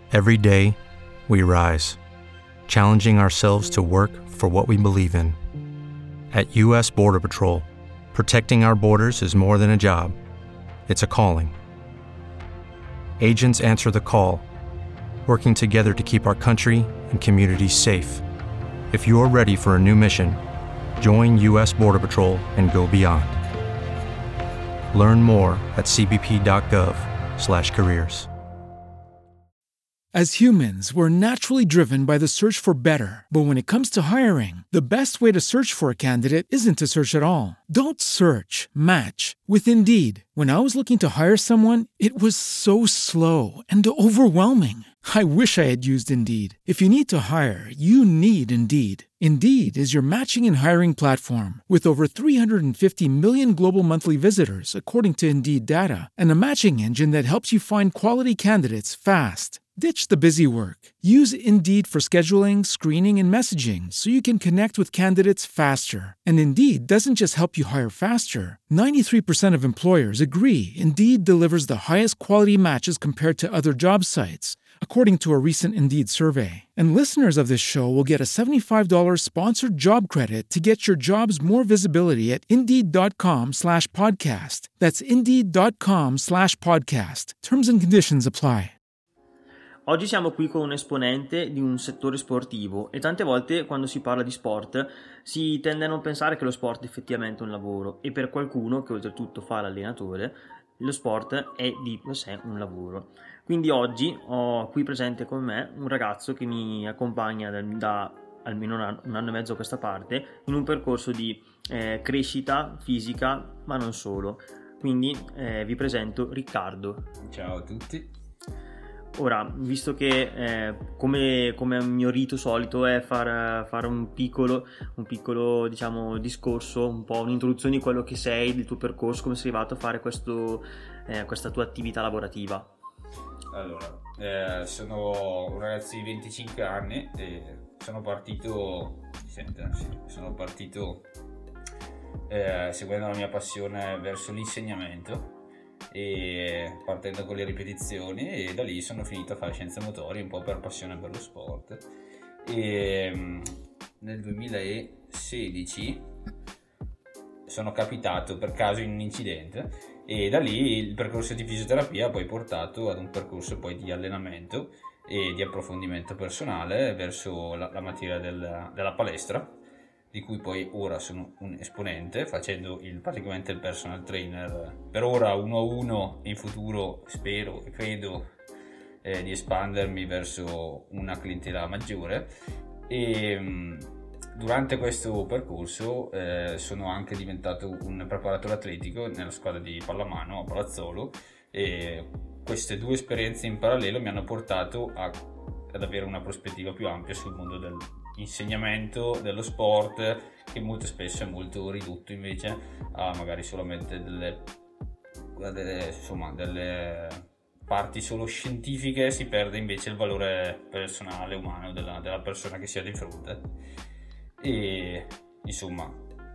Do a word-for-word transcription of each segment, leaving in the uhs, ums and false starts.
Every day, we rise, challenging ourselves to work for what we believe in. At U S Border Patrol, protecting our borders is more than a job. It's a calling. Agents answer the call, working together to keep our country and communities safe. If you're ready for a new mission, join U S Border Patrol and go beyond. Learn more at c b p dot gov slash careers. As humans, we're naturally driven by the search for better. But when it comes to hiring, the best way to search for a candidate isn't to search at all. Don't search, match with Indeed. When I was looking to hire someone, it was so slow and overwhelming. I wish I had used Indeed. If you need to hire, you need Indeed. Indeed is your matching and hiring platform with over three hundred fifty million global monthly visitors, according to Indeed data, and a matching engine that helps you find quality candidates fast. Ditch the busy work. Use Indeed for scheduling, screening, and messaging so you can connect with candidates faster. And Indeed doesn't just help you hire faster. ninety-three percent of employers agree Indeed delivers the highest quality matches compared to other job sites, according to a recent Indeed survey. And listeners of this show will get a seventy-five dollars sponsored job credit to get your jobs more visibility at Indeed.com slash podcast. That's Indeed.com slash podcast. Terms and conditions apply. Oggi siamo qui con un esponente di un settore sportivo e tante volte quando si parla di sport si tende a non pensare che lo sport è effettivamente un lavoro, e per qualcuno che oltretutto fa l'allenatore lo sport è di per sé un lavoro. Quindi oggi ho qui presente con me un ragazzo che mi accompagna da, da almeno un anno, un anno e mezzo a questa parte in un percorso di eh, crescita fisica, ma non solo. Quindi eh, vi presento Riccardo. Ciao a tutti. Ora, visto che eh, come, come mio rito solito è far, fare un piccolo, un piccolo diciamo discorso, un po' un'introduzione di quello che sei, del tuo percorso, come sei arrivato a fare questo, eh, questa tua attività lavorativa. Allora, eh, sono un ragazzo di venticinque anni e sono partito, senta, sì, sono partito eh, seguendo la mia passione verso l'insegnamento, e partendo con le ripetizioni, e da lì sono finito a fare scienze motorie un po' per passione per lo sport. E nel duemilasedici sono capitato per caso in un incidente e da lì il percorso di fisioterapia ha poi portato ad un percorso poi di allenamento e di approfondimento personale verso la, la materia del, della palestra, di cui poi ora sono un esponente, facendo il, praticamente il personal trainer per ora uno a uno. In futuro spero e credo eh, di espandermi verso una clientela maggiore. E mh, durante questo percorso eh, sono anche diventato un preparatore atletico nella squadra di pallamano a Palazzolo, e queste due esperienze in parallelo mi hanno portato a, ad avere una prospettiva più ampia sul mondo del insegnamento dello sport, che molto spesso è molto ridotto invece a magari solamente delle, delle, insomma, delle parti solo scientifiche. Si perde invece il valore personale, umano della, della persona che si ha di fronte. E insomma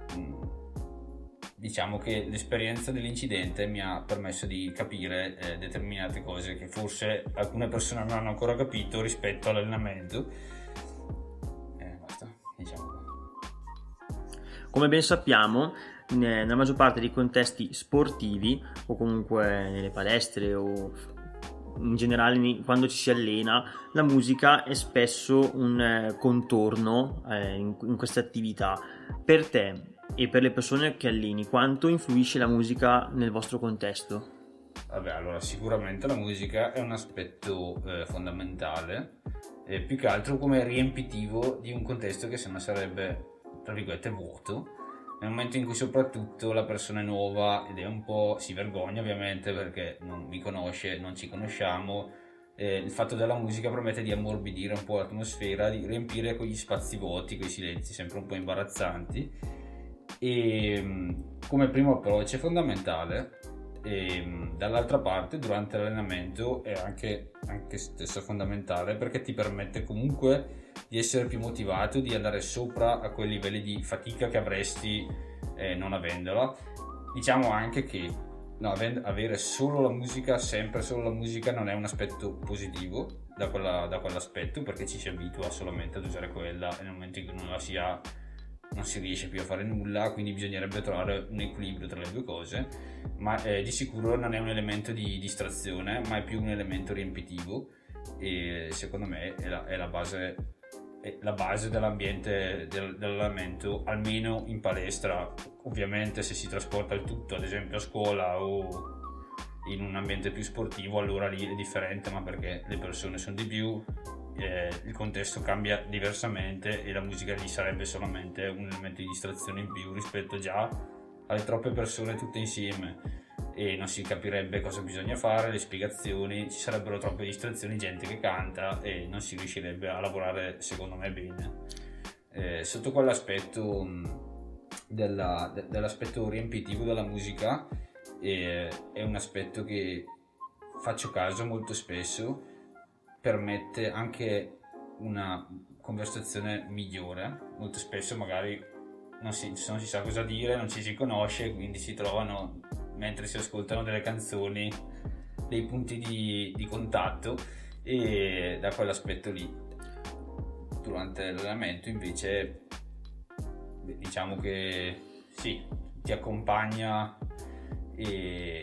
diciamo che l'esperienza dell'incidente mi ha permesso di capire eh, determinate cose che forse alcune persone non hanno ancora capito rispetto all'allenamento. Diciamo. Come ben sappiamo, nella maggior parte dei contesti sportivi o comunque nelle palestre o in generale quando ci si allena, la musica è spesso un contorno eh, in, in queste attività. Per te e per le persone che alleni, quanto influisce la musica nel vostro contesto? Vabbè, allora sicuramente la musica è un aspetto eh, fondamentale, eh, più che altro come riempitivo di un contesto che sennò sarebbe, tra virgolette, vuoto, nel momento in cui soprattutto la persona è nuova ed è un po', si vergogna ovviamente perché non mi conosce, non ci conosciamo. Eh, il fatto della musica permette di ammorbidire un po' l'atmosfera, di riempire quegli spazi vuoti, quei silenzi sempre un po' imbarazzanti. E come primo approccio è fondamentale. E dall'altra parte durante l'allenamento è anche, anche stesso fondamentale, perché ti permette comunque di essere più motivato, di andare sopra a quei livelli di fatica che avresti eh, non avendola. Diciamo anche che no, avere solo la musica, sempre solo la musica, non è un aspetto positivo da, quella, da quell'aspetto, perché ci si abitua solamente ad usare quella e nel momento in cui non la si ha non si riesce più a fare nulla, quindi bisognerebbe trovare un equilibrio tra le due cose, ma eh, di sicuro non è un elemento di distrazione, ma è più un elemento riempitivo, e secondo me è la, è la base è la base dell'ambiente del, dell'allenamento, almeno in palestra. Ovviamente se si trasporta il tutto ad esempio a scuola o in un ambiente più sportivo, allora lì è differente, ma perché le persone sono di più, eh, il contesto cambia diversamente e la musica lì sarebbe solamente un elemento di distrazione in più rispetto già alle troppe persone tutte insieme, e non si capirebbe cosa bisogna fare, le spiegazioni, ci sarebbero troppe distrazioni, gente che canta e non si riuscirebbe a lavorare secondo me bene. Eh, sotto quell'aspetto della, de, dell'aspetto riempitivo della musica, eh, è un aspetto che faccio caso molto spesso, permette anche una conversazione migliore. Molto spesso magari non si, non si sa cosa dire, non ci si conosce, quindi si trovano, mentre si ascoltano delle canzoni, dei punti di, di contatto, e da quell'aspetto lì durante l'allenamento invece diciamo che sì, ti accompagna e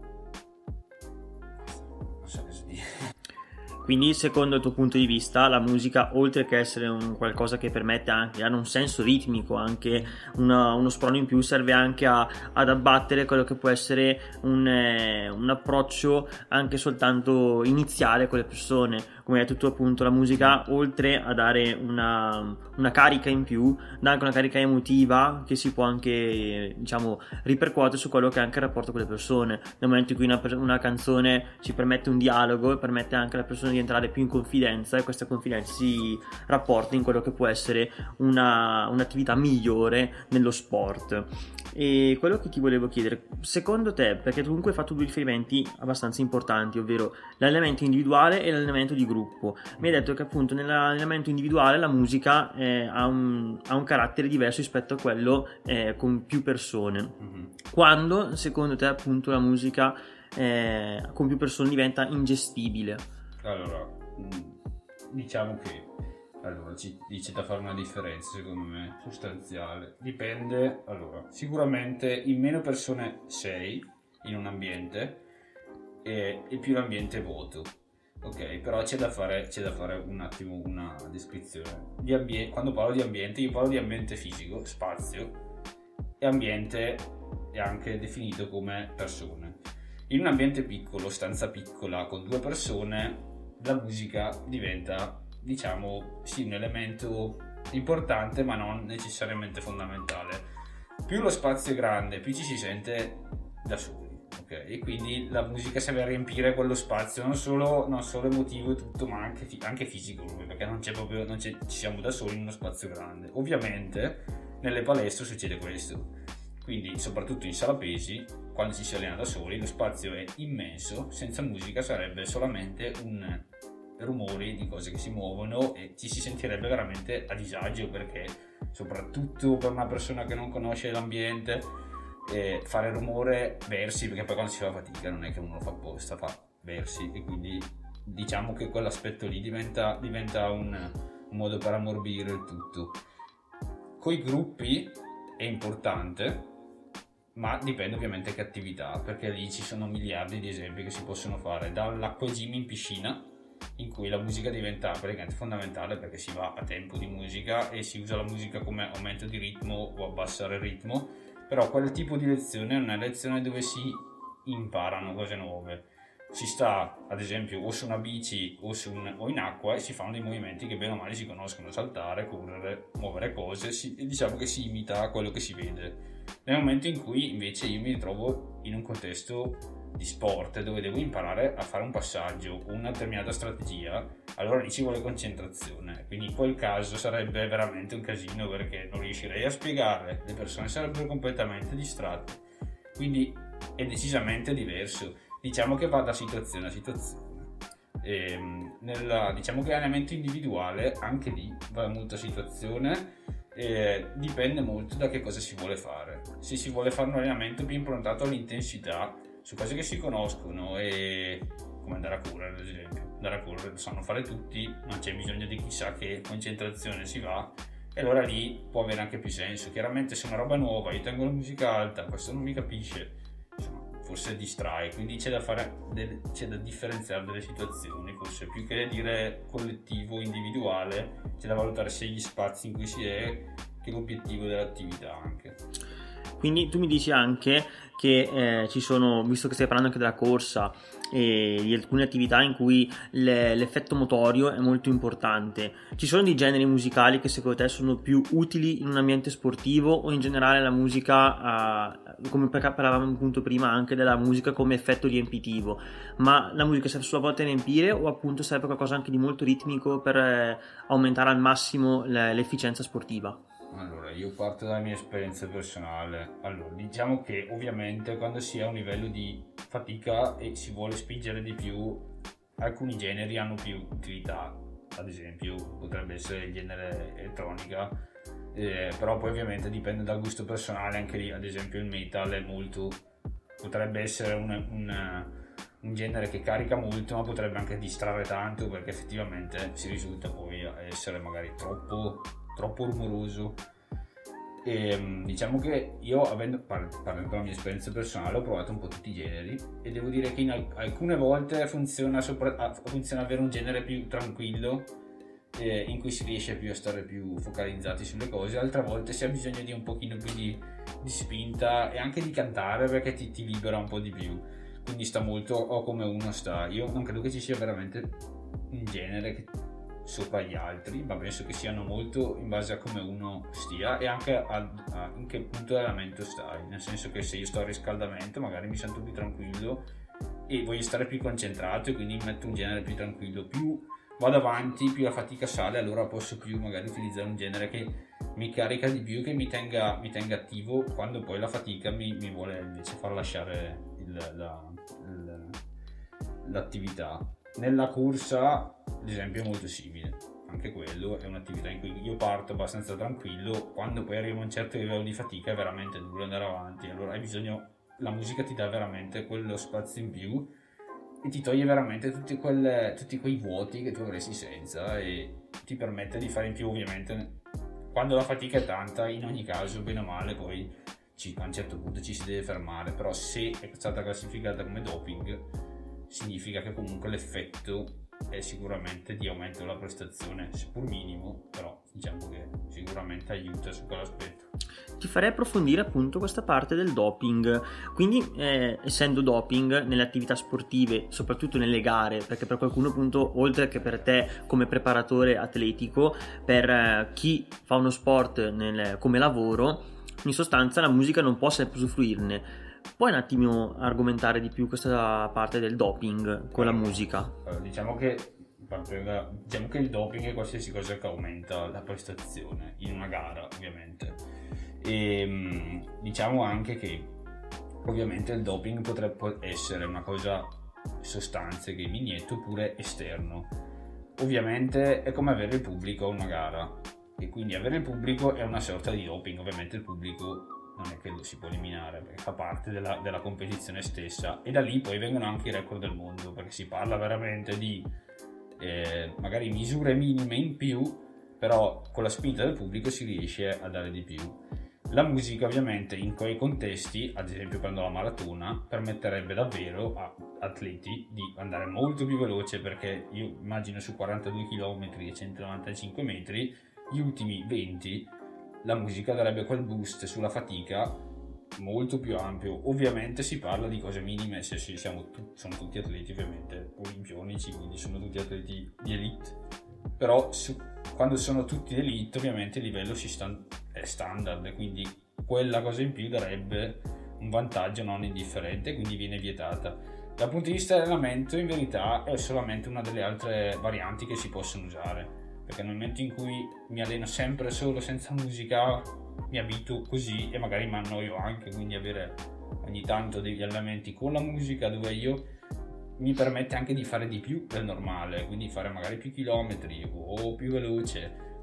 non so cosa dire. Quindi secondo il tuo punto di vista la musica, oltre che essere un qualcosa che permette anche, hanno un senso ritmico, anche una, uno sprono in più, serve anche a, ad abbattere quello che può essere un, eh, un approccio anche soltanto iniziale con le persone. Come hai detto tu appunto, la musica oltre a dare una, una carica in più, dà anche una carica emotiva che si può anche, diciamo, ripercuotere su quello che è anche il rapporto con le persone. Nel momento in cui una, una canzone ci permette un dialogo e permette anche alla persona di entrare più in confidenza, e questa confidenza si rapporta in quello che può essere una, un'attività migliore nello sport. E quello che ti volevo chiedere, secondo te, perché tu comunque hai fatto due riferimenti abbastanza importanti, ovvero l'allenamento individuale e l'allenamento di gruppo. Mi hai detto che appunto nell'allenamento individuale la musica eh, ha, un, ha un carattere diverso rispetto a quello eh, con più persone. Mm-hmm. Quando secondo te appunto la musica eh, con più persone diventa ingestibile? Allora, diciamo che allora ci dice da fare una differenza, secondo me, sostanziale. Dipende, allora, sicuramente in meno persone sei in un ambiente e, e più l'ambiente è vuoto. Ok, però c'è da fare, c'è da fare un attimo una descrizione. Di ambien- quando parlo di ambiente, io parlo di ambiente fisico, spazio, e ambiente è anche definito come persone. In un ambiente piccolo, stanza piccola, con due persone, la musica diventa, diciamo, sì, un elemento importante, ma non necessariamente fondamentale. Più lo spazio è grande, più ci si sente da soli. Ok, e quindi la musica serve a riempire quello spazio, non solo, non solo emotivo e tutto, ma anche, anche fisico, perché non c'è proprio, non c'è, ci siamo da soli in uno spazio grande. Ovviamente nelle palestre succede questo, quindi soprattutto in sala pesi, quando ci si allena da soli, lo spazio è immenso, senza musica sarebbe solamente un rumori di cose che si muovono e ci si sentirebbe veramente a disagio, perché soprattutto per una persona che non conosce l'ambiente, e fare rumore, versi, perché poi quando si fa fatica non è che uno lo fa apposta, fa versi, e quindi diciamo che quell'aspetto lì diventa, diventa un, un modo per ammorbire il tutto. Coi gruppi è importante, ma dipende ovviamente che attività, perché lì ci sono miliardi di esempi che si possono fare, dall'acqua gym in piscina, in cui la musica diventa praticamente fondamentale, perché si va a tempo di musica e si usa la musica come aumento di ritmo o abbassare il ritmo. Però quel tipo di lezione è una lezione dove si imparano cose nuove. Si sta ad esempio o su una bici o, su un, o in acqua e si fanno dei movimenti che bene o male si conoscono: saltare, correre, muovere cose, si, diciamo che si imita quello che si vede. Nel momento in cui invece io mi ritrovo in un contesto di sport dove devo imparare a fare un passaggio o una determinata strategia, allora lì ci vuole concentrazione, quindi in quel caso sarebbe veramente un casino, perché non riuscirei a spiegare, le persone sarebbero completamente distratte, quindi è decisamente diverso. Diciamo che va da situazione a situazione. E nella, diciamo che l'allenamento individuale anche lì va molto a situazione, e dipende molto da che cosa si vuole fare. Se si vuole fare un allenamento più improntato all'intensità, su cose che si conoscono, e come andare a correre ad esempio. Andare a correre lo sanno fare tutti, non c'è bisogno di chissà che concentrazione, si va, e allora lì può avere anche più senso. Chiaramente se è una roba nuova, io tengo la musica alta, questo non mi capisce, insomma, forse distrae, quindi c'è da fare del, c'è da differenziare delle situazioni, forse più che dire collettivo, individuale, c'è da valutare sia gli spazi in cui si è che l'obiettivo dell'attività anche. Quindi tu mi dici anche che eh, ci sono, visto che stai parlando anche della corsa e di alcune attività in cui le, l'effetto motorio è molto importante, ci sono dei generi musicali che secondo te sono più utili in un ambiente sportivo, o in generale la musica, eh, come parlavamo appunto prima anche della musica come effetto riempitivo, ma la musica serve solo a volte a riempire, o appunto serve qualcosa anche di molto ritmico per eh, aumentare al massimo le, l'efficienza sportiva? Allora, io parto dalla mia esperienza personale. Allora, diciamo che ovviamente quando si è a un livello di fatica e si vuole spingere di più, alcuni generi hanno più utilità. Ad esempio, potrebbe essere il genere elettronica, eh, però poi ovviamente dipende dal gusto personale. Anche lì, ad esempio, il metal è molto, potrebbe essere un, un, un genere che carica molto, ma potrebbe anche distrarre tanto, perché effettivamente si risulta poi essere magari troppo troppo rumoroso. E diciamo che io, avendo parlando della mia esperienza personale, ho provato un po' tutti i generi, e devo dire che in al- alcune volte funziona, sopra- funziona avere un genere più tranquillo, eh, in cui si riesce più a stare più focalizzati sulle cose. Altre volte si ha bisogno di un pochino più di, di spinta, e anche di cantare, perché ti, ti libera un po' di più, quindi sta molto o come uno sta. Io non credo che ci sia veramente un genere che sopra gli altri, ma penso che siano molto in base a come uno stia, e anche a, a in che punto dell'allenamento stai, nel senso che se io sto a riscaldamento magari mi sento più tranquillo e voglio stare più concentrato, e quindi metto un genere più tranquillo. Più vado avanti, più la fatica sale, allora posso più magari utilizzare un genere che mi carica di più, che mi tenga, mi tenga attivo, quando poi la fatica mi, mi vuole invece far lasciare il, la, il, l'attività. Nella corsa, ad esempio, è molto simile, anche quello è un'attività in cui io parto abbastanza tranquillo, quando poi arrivo a un certo livello di fatica è veramente duro andare avanti, allora hai bisogno, la musica ti dà veramente quello spazio in più e ti toglie veramente tutti, quelle, tutti quei vuoti che tu avresti senza, e ti permette di fare in più. Ovviamente quando la fatica è tanta, in ogni caso, bene o male, poi ci, a un certo punto ci si deve fermare, però se è stata classificata come doping significa che comunque l'effetto è sicuramente di aumento della prestazione, seppur minimo, però diciamo che sicuramente aiuta su quell'aspetto. Ti farei approfondire appunto questa parte del doping, quindi eh, essendo doping nelle attività sportive, soprattutto nelle gare, perché per qualcuno appunto, oltre che per te come preparatore atletico, per eh, chi fa uno sport nel, come lavoro, in sostanza la musica non può sempre usufruirne. Puoi un attimo argomentare di più questa parte del doping con la musica? Allora, diciamo che diciamo che il doping è qualsiasi cosa che aumenta la prestazione in una gara, ovviamente, e diciamo anche che ovviamente il doping potrebbe essere una cosa, sostanze che mi inietto, oppure esterno. Ovviamente è come avere il pubblico a una gara, e quindi avere il pubblico è una sorta di doping. Ovviamente il pubblico non è che lo si può eliminare, perché fa parte della, della competizione stessa, e da lì poi vengono anche i record del mondo, perché si parla veramente di eh, magari misure minime in più, però con la spinta del pubblico si riesce a dare di più. La musica ovviamente in quei contesti, ad esempio prendo la maratona, permetterebbe davvero a atleti di andare molto più veloce, perché io immagino su quarantadue chilometri e centonovantacinque metri, gli ultimi venti la musica darebbe quel boost sulla fatica molto più ampio. Ovviamente si parla di cose minime, se siamo tu, sono tutti atleti ovviamente olimpionici, quindi sono tutti atleti di elite, però su, quando sono tutti di elite ovviamente il livello si sta, è standard, quindi quella cosa in più darebbe un vantaggio non indifferente, quindi viene vietata. Dal punto di vista dell'allenamento, in verità è solamente una delle altre varianti che si possono usare, perché nel momento in cui mi alleno sempre solo senza musica mi abituo così, e magari mi annoio anche, quindi avere ogni tanto degli allenamenti con la musica dove io mi permette anche di fare di più del normale, quindi fare magari più chilometri o più veloce,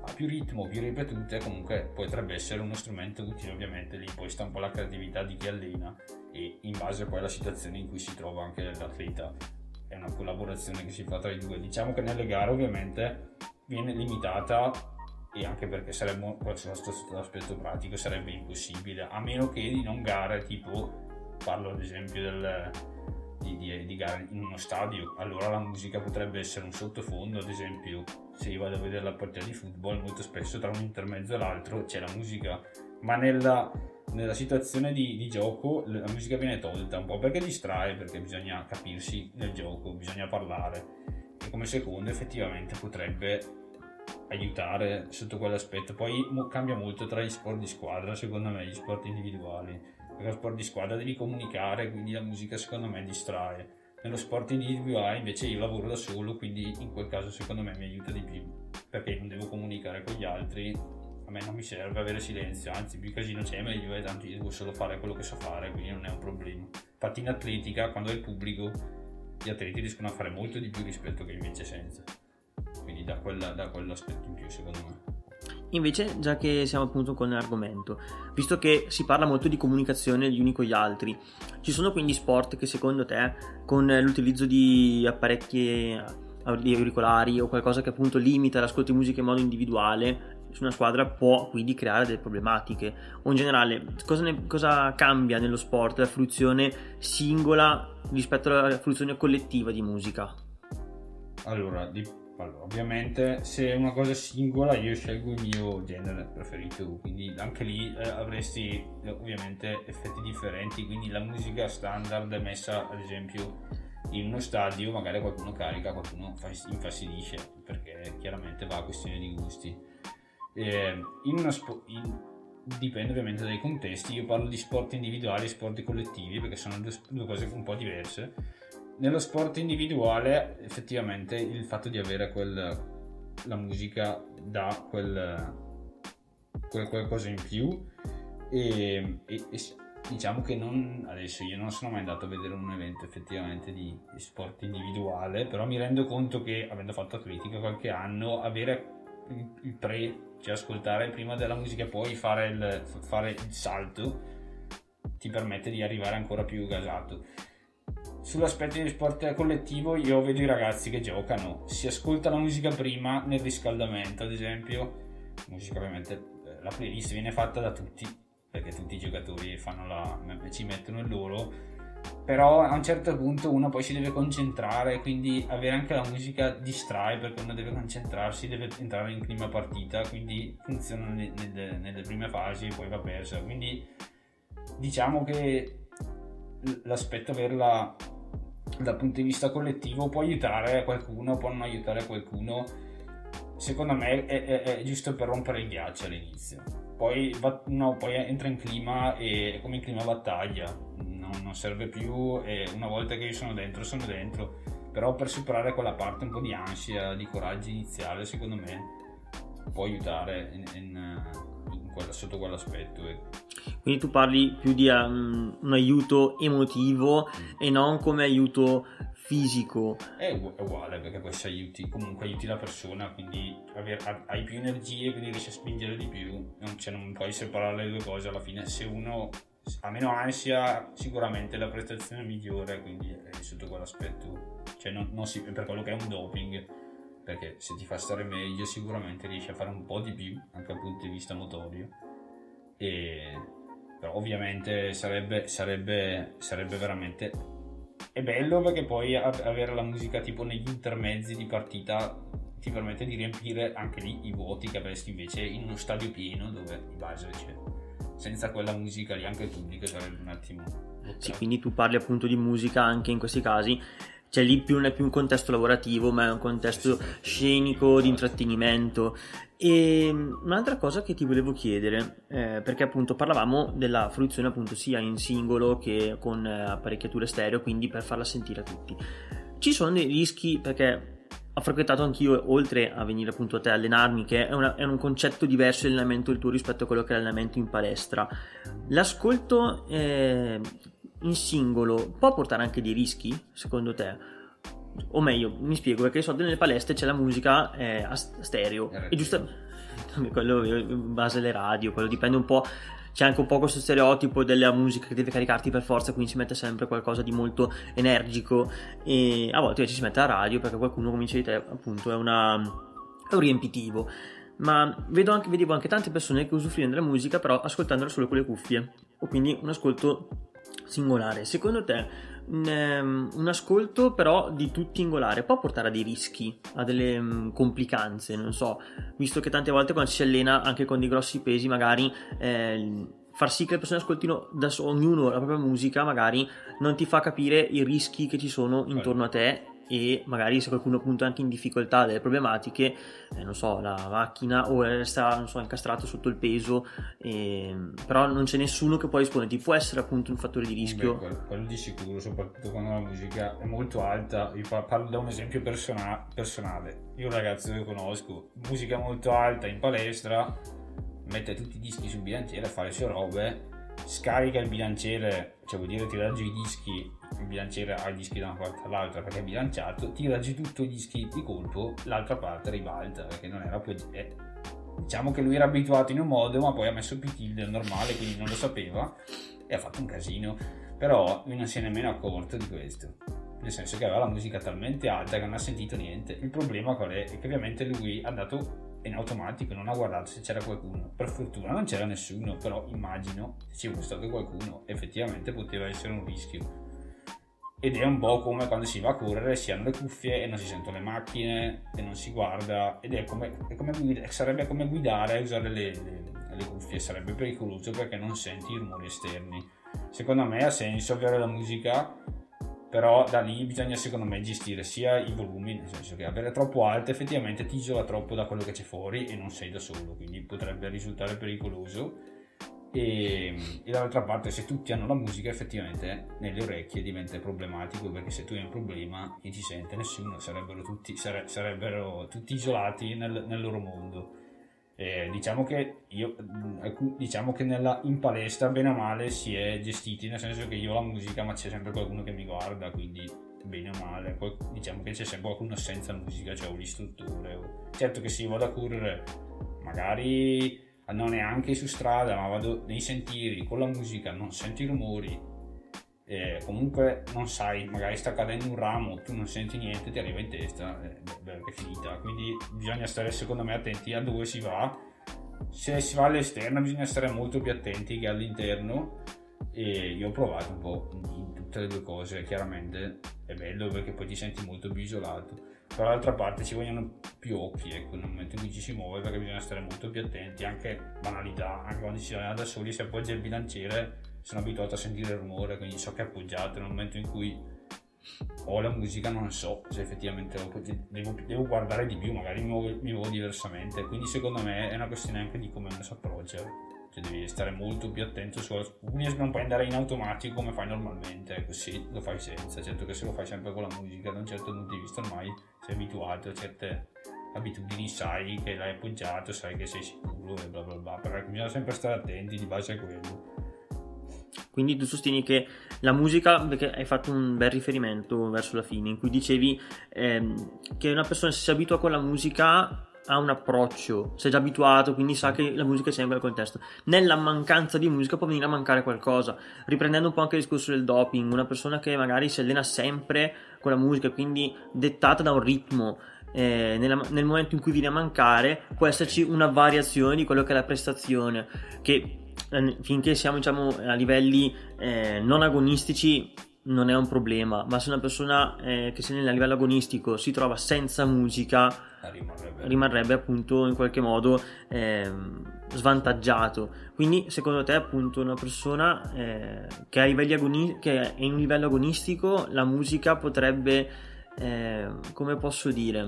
ha più ritmo, più ripetute, comunque potrebbe essere uno strumento utile. Ovviamente lì poi sta un po' la creatività di chi allena e in base poi alla situazione in cui si trova anche l'atleta, è una collaborazione che si fa tra i due. Diciamo che nelle gare ovviamente viene limitata, e anche perché sarebbe, sotto l'aspetto pratico sarebbe impossibile, a meno che di non gare tipo, parlo ad esempio del Di, di, di gare in uno stadio, allora la musica potrebbe essere un sottofondo. Ad esempio, se io vado a vedere la partita di football, molto spesso tra un intermezzo e l'altro c'è la musica, ma nella, nella situazione di, di gioco la musica viene tolta, un po' perché distrae, perché bisogna capirsi nel gioco, bisogna parlare, e come secondo effettivamente potrebbe aiutare sotto quell'aspetto. Poi cambia molto tra gli sport di squadra, secondo me, gli sport individuali, perché lo sport di squadra devi comunicare, quindi la musica secondo me distrae. Nello sport individuale invece io lavoro da solo, quindi in quel caso secondo me mi aiuta di più, perché non devo comunicare con gli altri, a me non mi serve avere silenzio, anzi più casino c'è meglio, e tanto io devo solo fare quello che so fare, quindi non è un problema. Infatti in atletica, quando è il pubblico, gli atleti riescono a fare molto di più rispetto che invece senza, quindi da, quella, da quell'aspetto in più secondo me. Invece, già che siamo appunto con l'argomento, visto che si parla molto di comunicazione gli uni con gli altri, ci sono quindi sport che secondo te, con l'utilizzo di apparecchi auricolari o qualcosa che appunto limita l'ascolto di musica in modo individuale su una squadra, può quindi creare delle problematiche? O in generale, cosa, ne, cosa cambia nello sport la fruizione singola rispetto alla fruizione collettiva di musica? Allora, di Allora, ovviamente se è una cosa singola io scelgo il mio genere preferito, quindi anche lì eh, avresti eh, ovviamente effetti differenti, quindi la musica standard messa ad esempio in uno stadio magari qualcuno carica, qualcuno infastidisce, perché chiaramente va a questione di gusti. Eh, in una spo- in, dipende ovviamente dai contesti, io parlo di sport individuali e sport collettivi perché sono due, due cose un po' diverse. Nello sport individuale effettivamente il fatto di avere quel, la musica dà quel, quel qualcosa in più, e, e, e diciamo che non, adesso io non sono mai andato a vedere un evento effettivamente di, di sport individuale, però mi rendo conto che, avendo fatto atletica qualche anno, avere il, il pre, cioè ascoltare prima della musica e poi fare il, fare il salto, ti permette di arrivare ancora più gasato. Sull'aspetto di sport collettivo io vedo i ragazzi che giocano, si ascolta la musica prima nel riscaldamento, ad esempio musica ovviamente, la playlist viene fatta da tutti perché tutti i giocatori fanno la, ci mettono il loro, però a un certo punto uno poi si deve concentrare, quindi avere anche la musica distrae perché uno deve concentrarsi, deve entrare in clima partita, quindi funziona nelle, nelle prime fasi e poi va persa. Quindi diciamo che l'aspetto averla dal punto di vista collettivo può aiutare qualcuno, può non aiutare qualcuno, secondo me è, è, è giusto per rompere il ghiaccio all'inizio, poi, va, no, poi entra in clima e è come in clima battaglia, non, non serve più, e una volta che io sono dentro sono dentro, però per superare quella parte un po' di ansia, di coraggio iniziale, secondo me può aiutare in, in, in quella, sotto quell'aspetto. Ecco. Quindi tu parli più di um, un aiuto emotivo mm. e non come aiuto fisico. È uguale, perché poi se aiuti, comunque aiuti la persona, quindi aver, hai più energie, quindi riesci a spingere di più, non, cioè, non puoi separare le due cose alla fine. Se uno ha meno ansia sicuramente la prestazione è migliore, quindi è sotto quell'aspetto, cioè non, non si, per quello che è un doping, perché se ti fa stare meglio sicuramente riesci a fare un po' di più anche dal punto di vista motorio, e però ovviamente sarebbe, sarebbe, sarebbe veramente è bello, perché poi avere la musica tipo negli intermezzi di partita ti permette di riempire anche lì i vuoti che avresti invece in uno stadio pieno dove di base c'è. Senza quella musica lì anche il pubblico sarebbe un attimo bloccato. Sì, quindi tu parli appunto di musica anche in questi casi, cioè lì più non è più un contesto lavorativo ma è un contesto scenico, di intrattenimento. E un'altra cosa che ti volevo chiedere, eh, perché appunto parlavamo della fruizione appunto sia in singolo che con apparecchiature stereo, quindi per farla sentire a tutti, ci sono dei rischi, perché ho frequentato anch'io, oltre a venire appunto a te a allenarmi, che è, una, è un concetto diverso di allenamento il tuo rispetto a quello che è l'allenamento in palestra. L'ascolto eh, in singolo può portare anche dei rischi, secondo te? o meglio, mi spiego, perché di solito nelle palestre c'è la musica eh, a stereo, e giustamente quello in base alle radio, quello dipende un po'. C'è anche un po' questo stereotipo della musica che deve caricarti per forza, quindi si mette sempre qualcosa di molto energico, e a volte ci si mette la radio perché qualcuno, come dicevi te, appunto è, una, è un riempitivo. Ma vedo anche, vedevo anche tante persone che usufruiscono della musica però ascoltandola solo con le cuffie, o quindi un ascolto singolare. Secondo te un, un ascolto però di tutti singolare può portare a dei rischi, a delle um, complicanze, non so, visto che tante volte quando ci si allena anche con dei grossi pesi magari eh, far sì che le persone ascoltino da so, ognuno la propria musica magari non ti fa capire i rischi che ci sono intorno a te, e magari se qualcuno appunto è anche in difficoltà, delle problematiche, eh, non so, la macchina o resta, non so, incastrato sotto il peso, eh, però non c'è nessuno che può rispondere, può essere appunto un fattore di rischio. Beh, quello, quello di sicuro, soprattutto quando la musica è molto alta. Io parlo da un esempio persona- personale, io un ragazzo che conosco, musica molto alta in palestra, mette tutti i dischi sul bilanciere a fare le sue robe, scarica il bilanciere, cioè vuol dire tira giù i dischi, il bilanciere ha i dischi da una parte all'altra perché è bilanciato, tira giù tutti i dischi di colpo, l'altra parte ribalta perché non era poi eh, diciamo che lui era abituato in un modo, ma poi ha messo P T del normale, quindi non lo sapeva e ha fatto un casino. Però lui non si è nemmeno accorto di questo, nel senso che aveva la musica talmente alta che non ha sentito niente. Il problema qual è? È che ovviamente lui è andato in automatico, non ha guardato se c'era qualcuno. Per fortuna non c'era nessuno, però immagino se ci fosse stato qualcuno effettivamente poteva essere un rischio. Ed è un po' come quando si va a correre, si hanno le cuffie e non si sentono le macchine e non si guarda, ed è come, è come guida, sarebbe come guidare e usare le, le, le cuffie, sarebbe pericoloso perché non senti i rumori esterni. Secondo me ha senso avere la musica, però da lì bisogna secondo me gestire sia i volumi, nel senso che avere troppo alto effettivamente ti isola troppo da quello che c'è fuori e non sei da solo, quindi potrebbe risultare pericoloso. E, e dall'altra parte, se tutti hanno la musica effettivamente nelle orecchie diventa problematico, perché se tu hai un problema chi ti sente? Nessuno, sarebbero tutti, sare, sarebbero tutti isolati nel, nel loro mondo. E diciamo che io diciamo che nella, in palestra bene o male si è gestiti, nel senso che io ho la musica ma c'è sempre qualcuno che mi guarda, quindi bene o male poi diciamo che c'è sempre qualcuno senza musica, cioè un istruttore o... certo che se io vado a correre magari non neanche su strada, ma vado nei sentieri con la musica, non senti i rumori, eh, comunque non sai, magari sta cadendo un ramo, tu non senti niente, ti arriva in testa, eh, beh, è finita. Quindi bisogna stare secondo me attenti a dove si va. Se si va all'esterno bisogna stare molto più attenti che all'interno, e io ho provato un po' in tutte le due cose. Chiaramente è bello perché poi ti senti molto più isolato, però dall'altra parte ci vogliono più occhi, ecco, nel momento in cui ci si muove, perché bisogna stare molto più attenti. Anche banalità, anche quando si va da soli, si appoggia il bilanciere, sono abituato a sentire il rumore, quindi so che è appoggiato. Nel momento in cui ho la musica non so se effettivamente devo, devo guardare di più, magari mi muovo, mi muovo diversamente, quindi secondo me è una questione anche di come uno si approccia, cioè devi stare molto più attento su alcuni, non puoi andare in automatico come fai normalmente, così lo fai senza. Certo che se lo fai sempre con la musica, da un certo punto di vista ormai sei abituato a certe abitudini, sai che l'hai appoggiato, sai che sei sicuro e bla bla bla, però bisogna sempre stare attenti di base a quello. Quindi tu sostieni che la musica, perché hai fatto un bel riferimento verso la fine in cui dicevi ehm, che una persona se si abitua con la musica ha un approccio, si è già abituato, quindi sa che la musica c'è in quel contesto. Nella mancanza di musica può venire a mancare qualcosa. Riprendendo un po' anche il discorso del doping, una persona che magari si allena sempre con la musica, quindi dettata da un ritmo, eh, nella, nel momento in cui viene a mancare può esserci una variazione di quello che è la prestazione, che eh, finché siamo, diciamo, a livelli eh, non agonistici non è un problema, ma se una persona eh, che si allena a livello agonistico si trova senza musica, rimarrebbe, rimarrebbe appunto in qualche modo eh, svantaggiato. Quindi secondo te appunto una persona eh, che, ha livelli agoni- che è in un livello agonistico, la musica potrebbe eh, come posso dire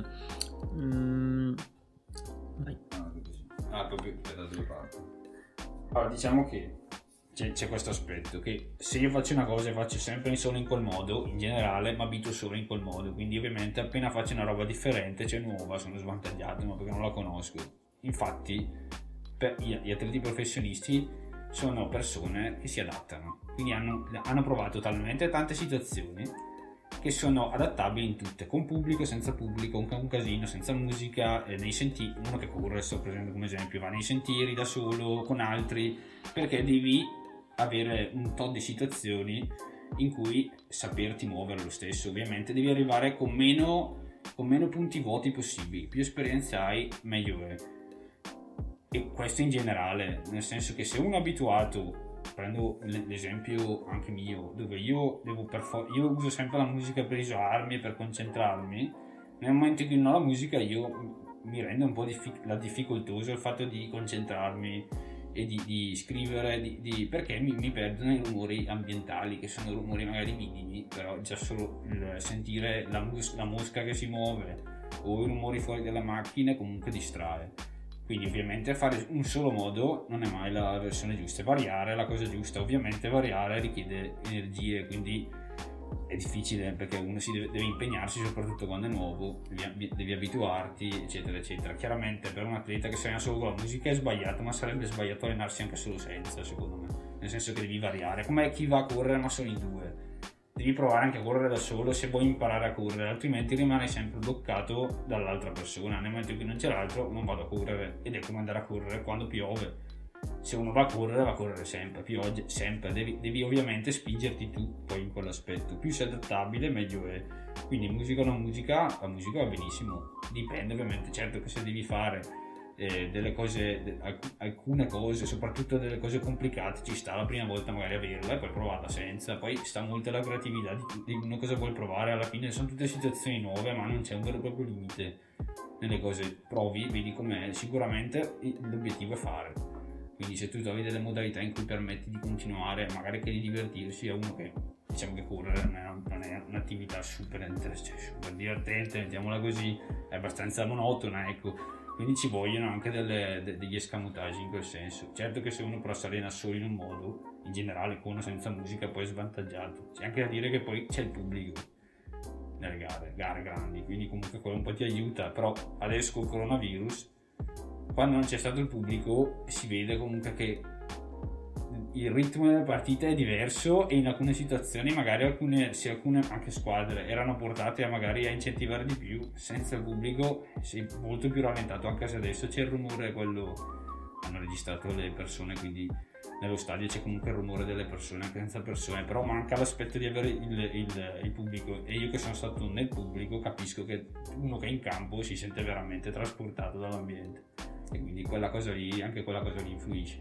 mm, vai. Ah, proprio da due parti. Allora diciamo che C'è, c'è questo aspetto, che se io faccio una cosa e faccio sempre solo in quel modo, in generale mi abituo solo in quel modo, quindi ovviamente appena faccio una roba differente, cioè nuova, sono svantaggiato, ma perché non la conosco. Infatti per gli, gli atleti professionisti sono persone che si adattano, quindi hanno, hanno provato talmente tante situazioni che sono adattabili in tutte, con pubblico, senza pubblico, con un casino, senza musica, eh, nei sentieri, uno che corre, sto prendendo come esempio, va nei sentieri da solo, con altri, perché devi avere un tot di situazioni in cui saperti muovere lo stesso. Ovviamente devi arrivare con meno, con meno punti voti possibili, più esperienza hai meglio è, e questo in generale, nel senso che se uno è abituato, prendo l'esempio anche mio, dove io devo per for- io uso sempre la musica per isolarmi e per concentrarmi, nel momento in cui non ho la musica io mi rende un po' diffic- la difficoltoso il fatto di concentrarmi e di, di scrivere, di, di, perché mi, mi perdono i rumori ambientali, che sono rumori magari minimi, però già solo il sentire la, mus- la mosca che si muove o i rumori fuori dalla macchina comunque distrae. Quindi ovviamente fare un solo modo non è mai la versione giusta, variare è la cosa giusta. Ovviamente variare richiede energie, quindi è difficile perché uno si deve, deve impegnarsi, soprattutto quando è nuovo, devi abituarti, eccetera eccetera. Chiaramente per un atleta che si allena solo con la musica è sbagliato, ma sarebbe sbagliato allenarsi anche solo senza, secondo me, nel senso che devi variare, come chi va a correre ma solo in due, devi provare anche a correre da solo se vuoi imparare a correre, altrimenti rimani sempre bloccato dall'altra persona. Nel momento in cui non c'è l'altro non vado a correre, ed è come andare a correre quando piove. Se uno va a correre va a correre sempre, pioggia sempre, devi, devi ovviamente spingerti tu poi in quell'aspetto, più sei adattabile meglio è. Quindi musica o non musica, la musica va benissimo, dipende ovviamente, certo che se devi fare eh, delle cose, de, alc- alcune cose, soprattutto delle cose complicate, ci sta la prima volta magari averla e poi provarla senza, poi sta molto la creatività di, di uno cosa vuol provare, alla fine sono tutte situazioni nuove ma non c'è un vero e proprio limite nelle cose, provi, vedi com'è, sicuramente l'obiettivo è fare. Quindi se tu trovi delle modalità in cui permetti di continuare, magari che di divertirsi, è uno che, diciamo che correre non è, non è un'attività super interessante, cioè super divertente, mettiamola così, è abbastanza monotona, ecco. Quindi ci vogliono anche delle, de, degli escamotage in quel senso. Certo che se uno però si allena solo in un modo, in generale con o senza musica poi è svantaggiato. C'è anche da dire che poi c'è il pubblico nelle gare, gare grandi, quindi comunque quello un po' ti aiuta, però adesso col coronavirus, quando non c'è stato il pubblico, si vede comunque che il ritmo della partita è diverso e in alcune situazioni magari alcune, se alcune anche squadre erano portate a magari a incentivare di più, senza il pubblico sei molto più rallentato, anche se adesso c'è il rumore, quello hanno registrato le persone, quindi nello stadio c'è comunque il rumore delle persone anche senza persone, però manca l'aspetto di avere il, il, il pubblico, e io che sono stato nel pubblico capisco che uno che è in campo si sente veramente trasportato dall'ambiente, e quindi quella cosa lì, anche quella cosa lì influisce.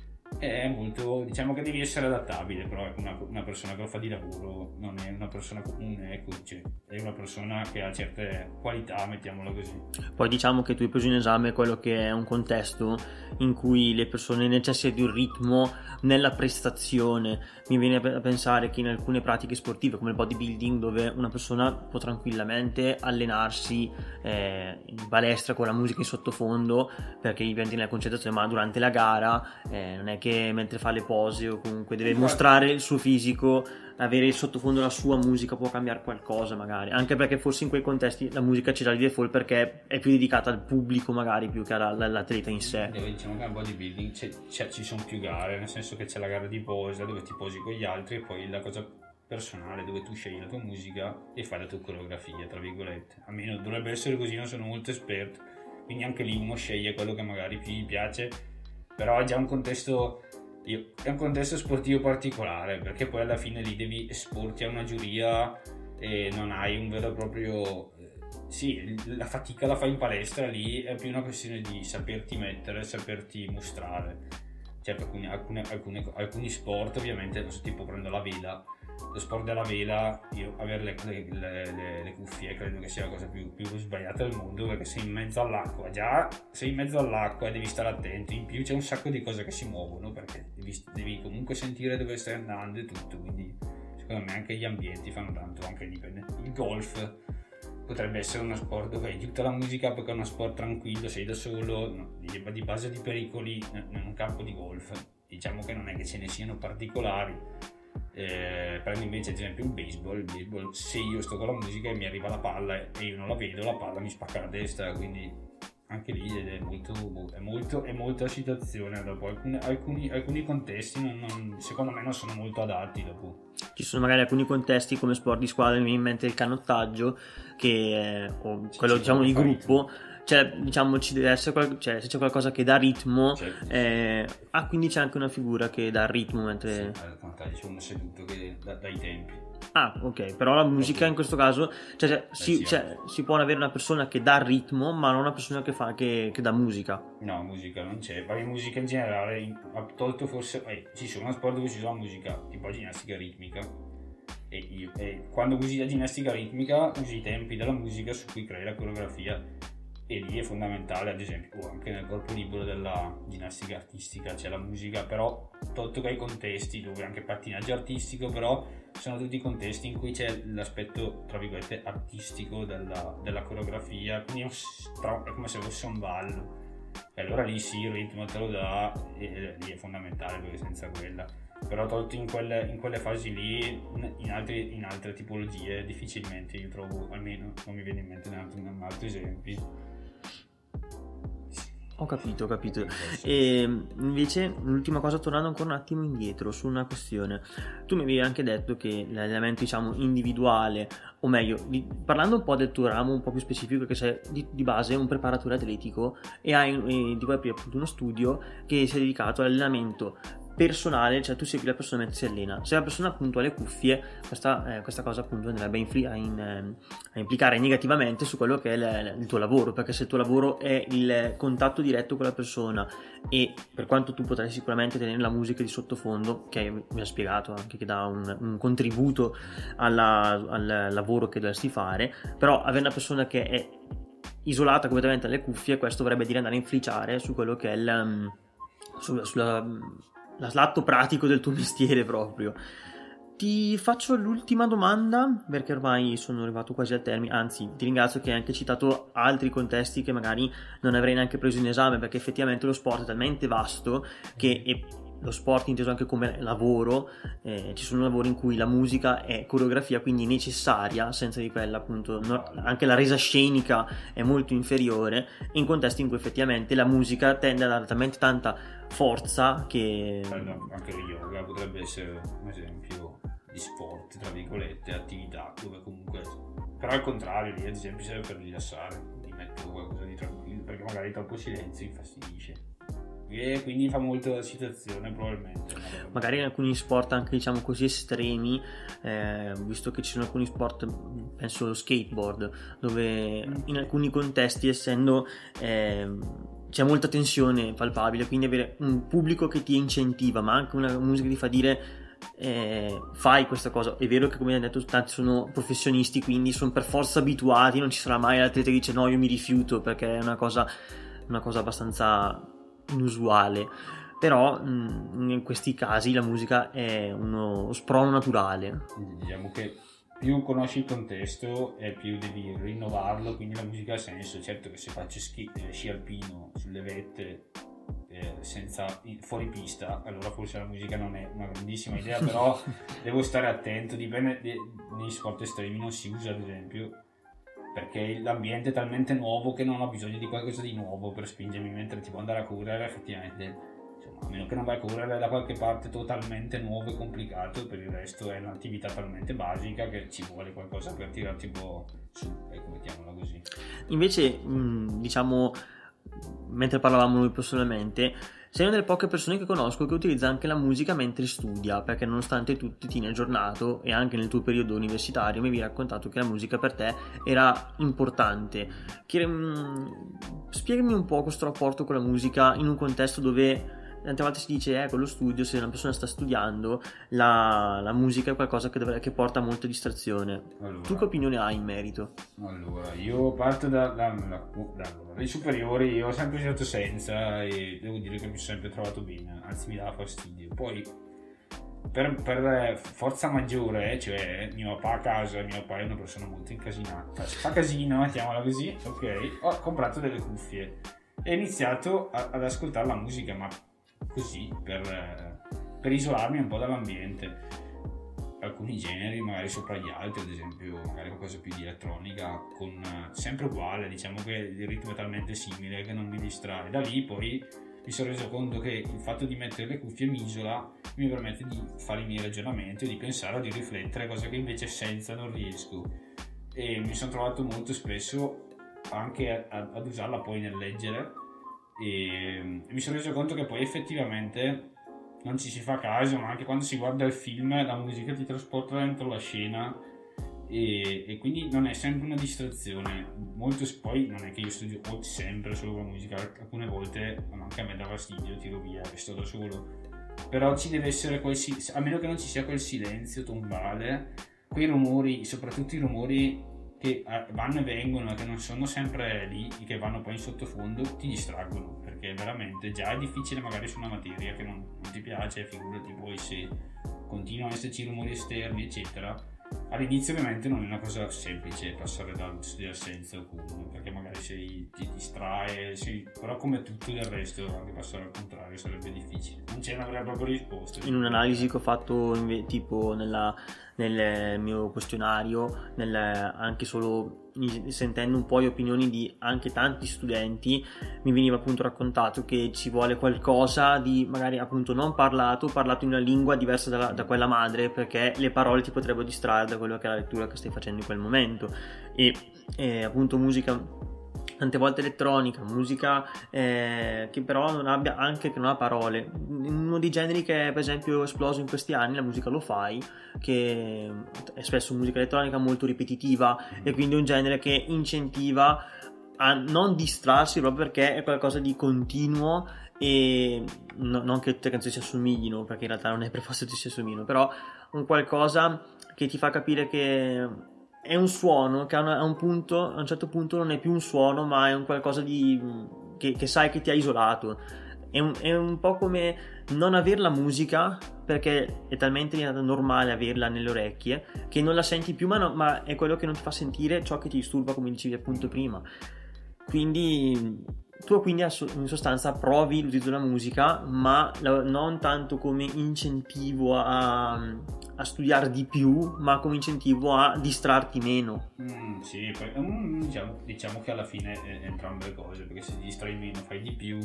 È molto, diciamo che devi essere adattabile, però una, una persona che lo fa di lavoro non è una persona comune, ecco, cioè, è una persona che ha certe qualità, mettiamola così. Poi diciamo che tu hai preso in esame quello che è un contesto in cui le persone necessitano di un ritmo nella prestazione. Mi viene a pensare che in alcune pratiche sportive come il bodybuilding, dove una persona può tranquillamente allenarsi eh, in palestra con la musica in sottofondo perché gli prendi nella concentrazione, ma durante la gara eh, non è che mentre fa le pose o comunque deve mostrare il suo fisico, avere il sottofondo la sua musica può cambiare qualcosa magari, anche perché forse in quei contesti la musica c'è da default perché è più dedicata al pubblico magari più che all'atleta in sé. E diciamo che al bodybuilding c'è, c'è, ci sono più gare, nel senso che c'è la gara di posa dove ti posi con gli altri e poi la cosa personale dove tu scegli la tua musica e fai la tua coreografia, tra virgolette. Almeno dovrebbe essere così, non sono molto esperto, quindi anche lì uno sceglie quello che magari più gli piace, però è già un contesto, io, è un contesto sportivo particolare, perché poi alla fine lì devi esporti a una giuria e non hai un vero e proprio, sì, la fatica la fai in palestra, lì è più una questione di saperti mettere, saperti mostrare. Certo, alcuni, alcune, alcune, alcuni sport ovviamente, non so, tipo prendo la vela, lo sport della vela, io avere le, le, le, le cuffie credo che sia la cosa più, più sbagliata del mondo, perché sei in mezzo all'acqua, già sei in mezzo all'acqua e devi stare attento, in più c'è un sacco di cose che si muovono perché devi, devi comunque sentire dove stai andando e tutto, quindi secondo me anche gli ambienti fanno tanto, anche dipende. Il golf potrebbe essere uno sport dove aiuta la musica perché è uno sport tranquillo, sei da solo, no, di base di pericoli in un campo di golf, diciamo che non è che ce ne siano particolari. Eh, prendo invece ad esempio il baseball, il baseball se io sto con la musica e mi arriva la palla e io non la vedo, la palla mi spacca la testa, quindi anche lì è molto, è molto, è molta situazione. Dopo alcuni, alcuni, alcuni contesti non, non, secondo me non sono molto adatti. Dopo ci sono magari alcuni contesti come sport di squadra, mi viene in mente il canottaggio, che o sì, quello sì, diciamo di gruppo, ritmo. cioè diciamo ci deve essere qual- cioè, se c'è qualcosa che dà ritmo, Certo. eh, ah quindi c'è anche una figura che dà ritmo mentre Sì, al contagio c'è uno seduto che da, dai tempi. ah ok, però la musica Ok. in questo caso cioè, cioè, si, sì, cioè, si può avere una persona che dà ritmo ma non una persona che fa che, che dà musica. No, musica non c'è, ma musica in generale, in- ha tolto forse, eh, ci sono sport dove ci sono musica, tipo la ginnastica ritmica, e, io, e quando usi la ginnastica ritmica usi i tempi della musica su cui crei la coreografia, e lì è fondamentale, ad esempio, o anche nel corpo libero della ginnastica artistica c'è la musica, però tolto quei contesti dove anche pattinaggio artistico, però sono tutti contesti in cui c'è l'aspetto tra virgolette artistico della, della coreografia, quindi è, un, è come se fosse un ballo, e allora lì sì, il ritmo te lo dà, e lì è fondamentale, perché senza quella, però tolto in quelle, in quelle fasi lì, in altre, in altre tipologie difficilmente io trovo, almeno non mi viene in mente neanche un altro esempio. Ho capito, ho capito. E invece l'ultima cosa, tornando ancora un attimo indietro su una questione, tu mi avevi anche detto che l'elemento diciamo individuale, o meglio di, parlando un po' del tuo ramo un po' più specifico, che sei di, di base un preparatore atletico e hai e ti puoi aprire appunto uno studio che si è dedicato all'allenamento personale, cioè tu segui la persona mentre si allena. Se la persona appunto ha le cuffie, questa, eh, questa cosa appunto andrebbe a, infli- a, in, eh, a implicare negativamente su quello che è il, il tuo lavoro, perché se il tuo lavoro è il contatto diretto con la persona, e per quanto tu potrai sicuramente tenere la musica di sottofondo, che mi ha spiegato anche che dà un, un contributo alla, al lavoro che dovresti fare, però avere una persona che è isolata completamente dalle cuffie, questo vorrebbe dire andare a inficiare su quello che è il um, sulla, sulla l'atto pratico del tuo mestiere proprio. Ti faccio l'ultima domanda, perché ormai sono arrivato quasi al termine, anzi ti ringrazio che hai anche citato altri contesti che magari non avrei neanche preso in esame, perché effettivamente lo sport è talmente vasto che è lo sport inteso anche come lavoro, eh, ci sono lavori in cui la musica è coreografia, quindi necessaria, senza di quella appunto no, anche la resa scenica è molto inferiore, in contesti in cui effettivamente la musica tende a dare talmente tanta forza che Bello, anche lo yoga potrebbe essere un esempio di sport, tra virgolette, attività dove comunque, però al contrario lì ad esempio serve per rilassare, di mettere qualcosa di tranquillo, perché magari troppo silenzio infastidisce, e quindi fa molto la situazione probabilmente. Magari in alcuni sport anche diciamo così estremi, eh, visto che ci sono alcuni sport, penso lo skateboard, dove in alcuni contesti essendo eh, c'è molta tensione palpabile, quindi avere un pubblico che ti incentiva, ma anche una musica che ti fa dire eh, fai questa cosa. È vero che come hai detto tanti sono professionisti, quindi sono per forza abituati, non ci sarà mai l'atleta che dice no io mi rifiuto, perché è una cosa, una cosa abbastanza inusuale, però mh, in questi casi la musica è uno sprono naturale. Diciamo che più conosci il contesto e più devi rinnovarlo, quindi la musica ha senso. Certo che se faccio sci, eh, sci alpino sulle vette eh, senza, fuori pista, allora forse la musica non è una grandissima idea, però devo stare attento, dipende, de, negli sport estremi non si usa ad esempio, perché l'ambiente è talmente nuovo che non ho bisogno di qualcosa di nuovo per spingermi, mentre tipo andare a correre effettivamente, a meno che non vai a correre da qualche parte totalmente nuovo e complicato, per il resto è un'attività talmente basica che ci vuole qualcosa per tirarti un po' su, ecco, mettiamola così. Invece diciamo, mentre parlavamo noi personalmente, sei una delle poche persone che conosco che utilizza anche la musica mentre studia, perché nonostante tu ti tieni aggiornato e anche nel tuo periodo universitario mi avevi raccontato che la musica per te era importante. Che, mh, spiegami un po' questo rapporto con la musica in un contesto dove tante volte si dice eh, con lo studio, se una persona sta studiando, la, la musica è qualcosa che, dovrebbe, che porta a molta distrazione. Allora, tu che opinione hai in merito? Allora, io parto da, da, da, da dai superiori, io ho sempre studiato senza e devo dire che mi sono sempre trovato bene, anzi mi dava fastidio. Poi per, per forza maggiore, cioè mio papà a casa, mio papà è una persona molto incasinata, fa casino, mettiamola così, ok, ho comprato delle cuffie e ho iniziato a, ad ascoltare la musica, ma così per, per isolarmi un po' dall'ambiente. alcuni generi magari sopra gli altri, ad esempio magari qualcosa più di elettronica, con sempre uguale, diciamo che il ritmo è talmente simile che non mi distrae. Da lì poi mi sono reso conto che il fatto di mettere le cuffie mi isola, mi permette di fare i miei ragionamenti, di pensare o di riflettere, cosa che invece senza non riesco. E mi sono trovato molto spesso anche a, ad usarla poi nel leggere, e mi sono reso conto che poi effettivamente non ci si fa caso, ma anche quando si guarda il film la musica ti trasporta dentro la scena, e, e quindi non è sempre una distrazione. Molto poi non è che io studio sempre solo con la musica, alcune volte anche a me dà fastidio, tiro via e sto da solo, però ci deve essere quel a meno che non ci sia quel silenzio tombale, quei rumori, soprattutto i rumori che vanno e vengono, che non sono sempre lì e che vanno poi in sottofondo, ti distraggono, perché veramente già è difficile magari su una materia che non, non ti piace, figurati poi se continuano ad esserci rumori esterni eccetera. All'inizio ovviamente non è una cosa semplice passare dal studiare senza alcuno, perché magari sei, ti distrae, sei, però come tutto il resto anche passare al contrario sarebbe difficile, non c'è una vera propria risposta. In un'analisi che ho fatto inve- tipo nella, nel mio questionario, nel, anche solo sentendo un po' le opinioni di anche tanti studenti, mi veniva appunto raccontato che ci vuole qualcosa di magari appunto non parlato, parlato in una lingua diversa da, da quella madre, perché le parole ti potrebbero distrarre da quello che è la lettura che stai facendo in quel momento. E, e appunto musica tante volte elettronica, musica eh, che però non abbia, anche che non ha parole. Uno dei generi che è per esempio esploso in questi anni, la musica lo-fi, che è spesso musica elettronica molto ripetitiva, e quindi è un genere che incentiva a non distrarsi proprio perché è qualcosa di continuo, e no, non che tutte le canzoni si assomiglino, perché in realtà non è per forza che si assomiglino, però un qualcosa che ti fa capire che è un suono che a, una, a un punto, a un certo punto non è più un suono, ma è un qualcosa di che, che sai che ti ha isolato. È un, è un po' come non aver la musica, perché è talmente normale averla nelle orecchie che non la senti più, ma, no, ma è quello che non ti fa sentire ciò che ti disturba, come dicevi appunto prima. Quindi tu quindi in sostanza provi l'utilizzo della musica, ma non tanto come incentivo a, a studiare di più, ma come incentivo a distrarti meno. Mm, sì, poi, um, diciamo, diciamo che alla fine è entrambe le cose, perché se ti distrai meno fai di più,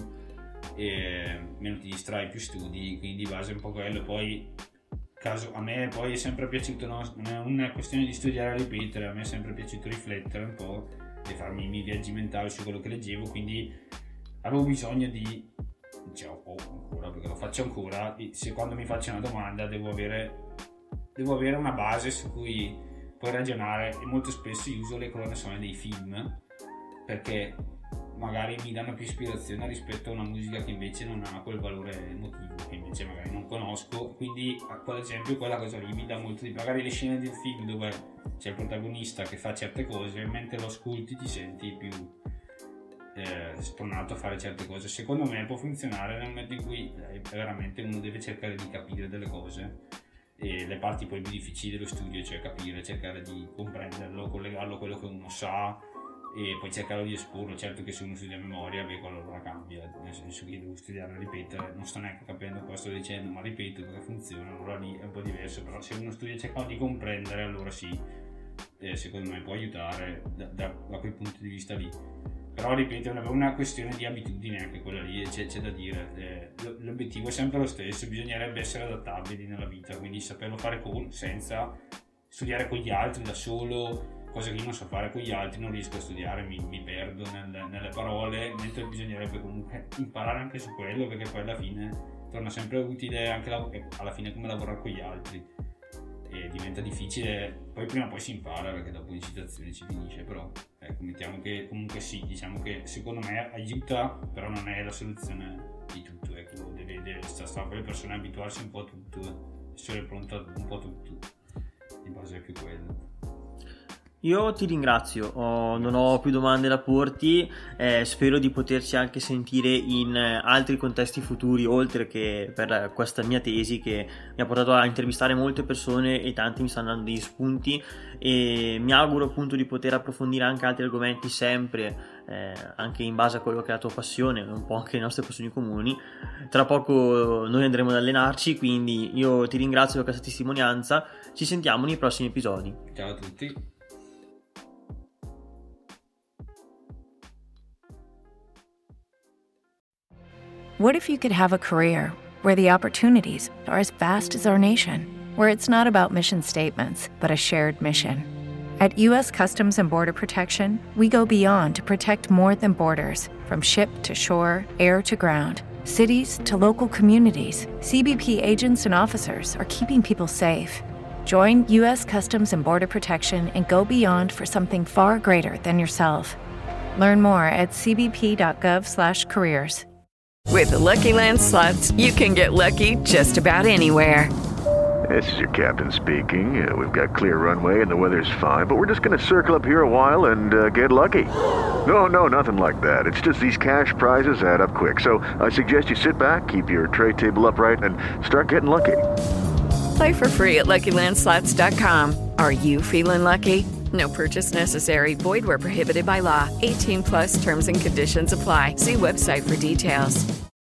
e meno ti distrai più studi, quindi di base è un po' quello. Poi caso, a me poi è sempre piaciuto, no? Non è una questione di studiare e ripetere, a me è sempre piaciuto riflettere un po' e farmi i miei viaggi mentali su quello che leggevo, quindi avevo bisogno di, cioè, oh, ancora, perché lo faccio ancora, se quando mi faccio una domanda devo avere devo avere una base su cui poi ragionare, e molto spesso io uso le colonne sonore dei film, perché magari mi danno più ispirazione rispetto a una musica che invece non ha quel valore emotivo, che invece magari non conosco, quindi ad esempio quella cosa lì mi dà molto di, magari le scene del film dove c'è il protagonista che fa certe cose, mentre lo ascolti ti senti più eh, spronato a fare certe cose. Secondo me può funzionare nel momento in cui eh, veramente uno deve cercare di capire delle cose, e le parti poi più difficili dello studio, cioè capire, cercare di comprenderlo, collegarlo a quello che uno sa e poi cercare di esporlo. Certo che se uno studia a memoria, beh, quello allora cambia, nel senso che devo studiare e ripetere, non sto neanche capendo cosa sto dicendo, ma ripeto perché funziona, allora lì è un po' diverso. Però se uno studia cercando di comprendere, allora sì, eh, secondo me può aiutare da, da, da quel punto di vista lì. Però ripeto, è una questione di abitudine anche quella lì, c'è, c'è da dire, eh, l'obiettivo è sempre lo stesso, bisognerebbe essere adattabili nella vita, quindi saperlo fare con, senza studiare con gli altri, da solo, cosa che io non so fare con gli altri, non riesco a studiare, mi, mi perdo nel, nelle parole, mentre bisognerebbe comunque imparare anche su quello, perché poi alla fine torna sempre utile anche la, alla fine come lavorare con gli altri, e diventa difficile, poi prima o poi si impara, perché dopo in citazione ci finisce, però ecco, mettiamo che comunque sì, diciamo che secondo me aiuta, però non è la soluzione di tutto, ecco, deve, deve stare con le persone, abituarsi un po' a tutto, essere pronto a un po' a tutto, in base a più quello. Io ti ringrazio, ho, non ho più domande da porti, eh, spero di poterci anche sentire in altri contesti futuri, oltre che per questa mia tesi che mi ha portato a intervistare molte persone e tanti mi stanno dando degli spunti, e mi auguro appunto di poter approfondire anche altri argomenti sempre, eh, anche in base a quello che è la tua passione, un po' anche le nostre passioni comuni. Tra poco noi andremo ad allenarci, quindi io ti ringrazio per questa testimonianza, ci sentiamo nei prossimi episodi. Ciao a tutti. What if you could have a career where the opportunities are as vast as our nation, where it's not about mission statements, but a shared mission? At U S Customs and Border Protection, we go beyond to protect more than borders. From ship to shore, air to ground, cities to local communities, C B P agents and officers are keeping people safe. Join U S Customs and Border Protection and go beyond for something far greater than yourself. Learn more at c b p dot gov slash careers. With the Lucky Land Slots, you can get lucky just about anywhere. This is your captain speaking. Uh, we've got clear runway and the weather's fine, but we're just going to circle up here a while and uh, get lucky. No, no, nothing like that. It's just these cash prizes add up quick. So I suggest you sit back, keep your tray table upright, and start getting lucky. Play for free at lucky land slots dot com. Are you feeling lucky? No purchase necessary. Void where prohibited by law. eighteen plus terms and conditions apply. See website for details.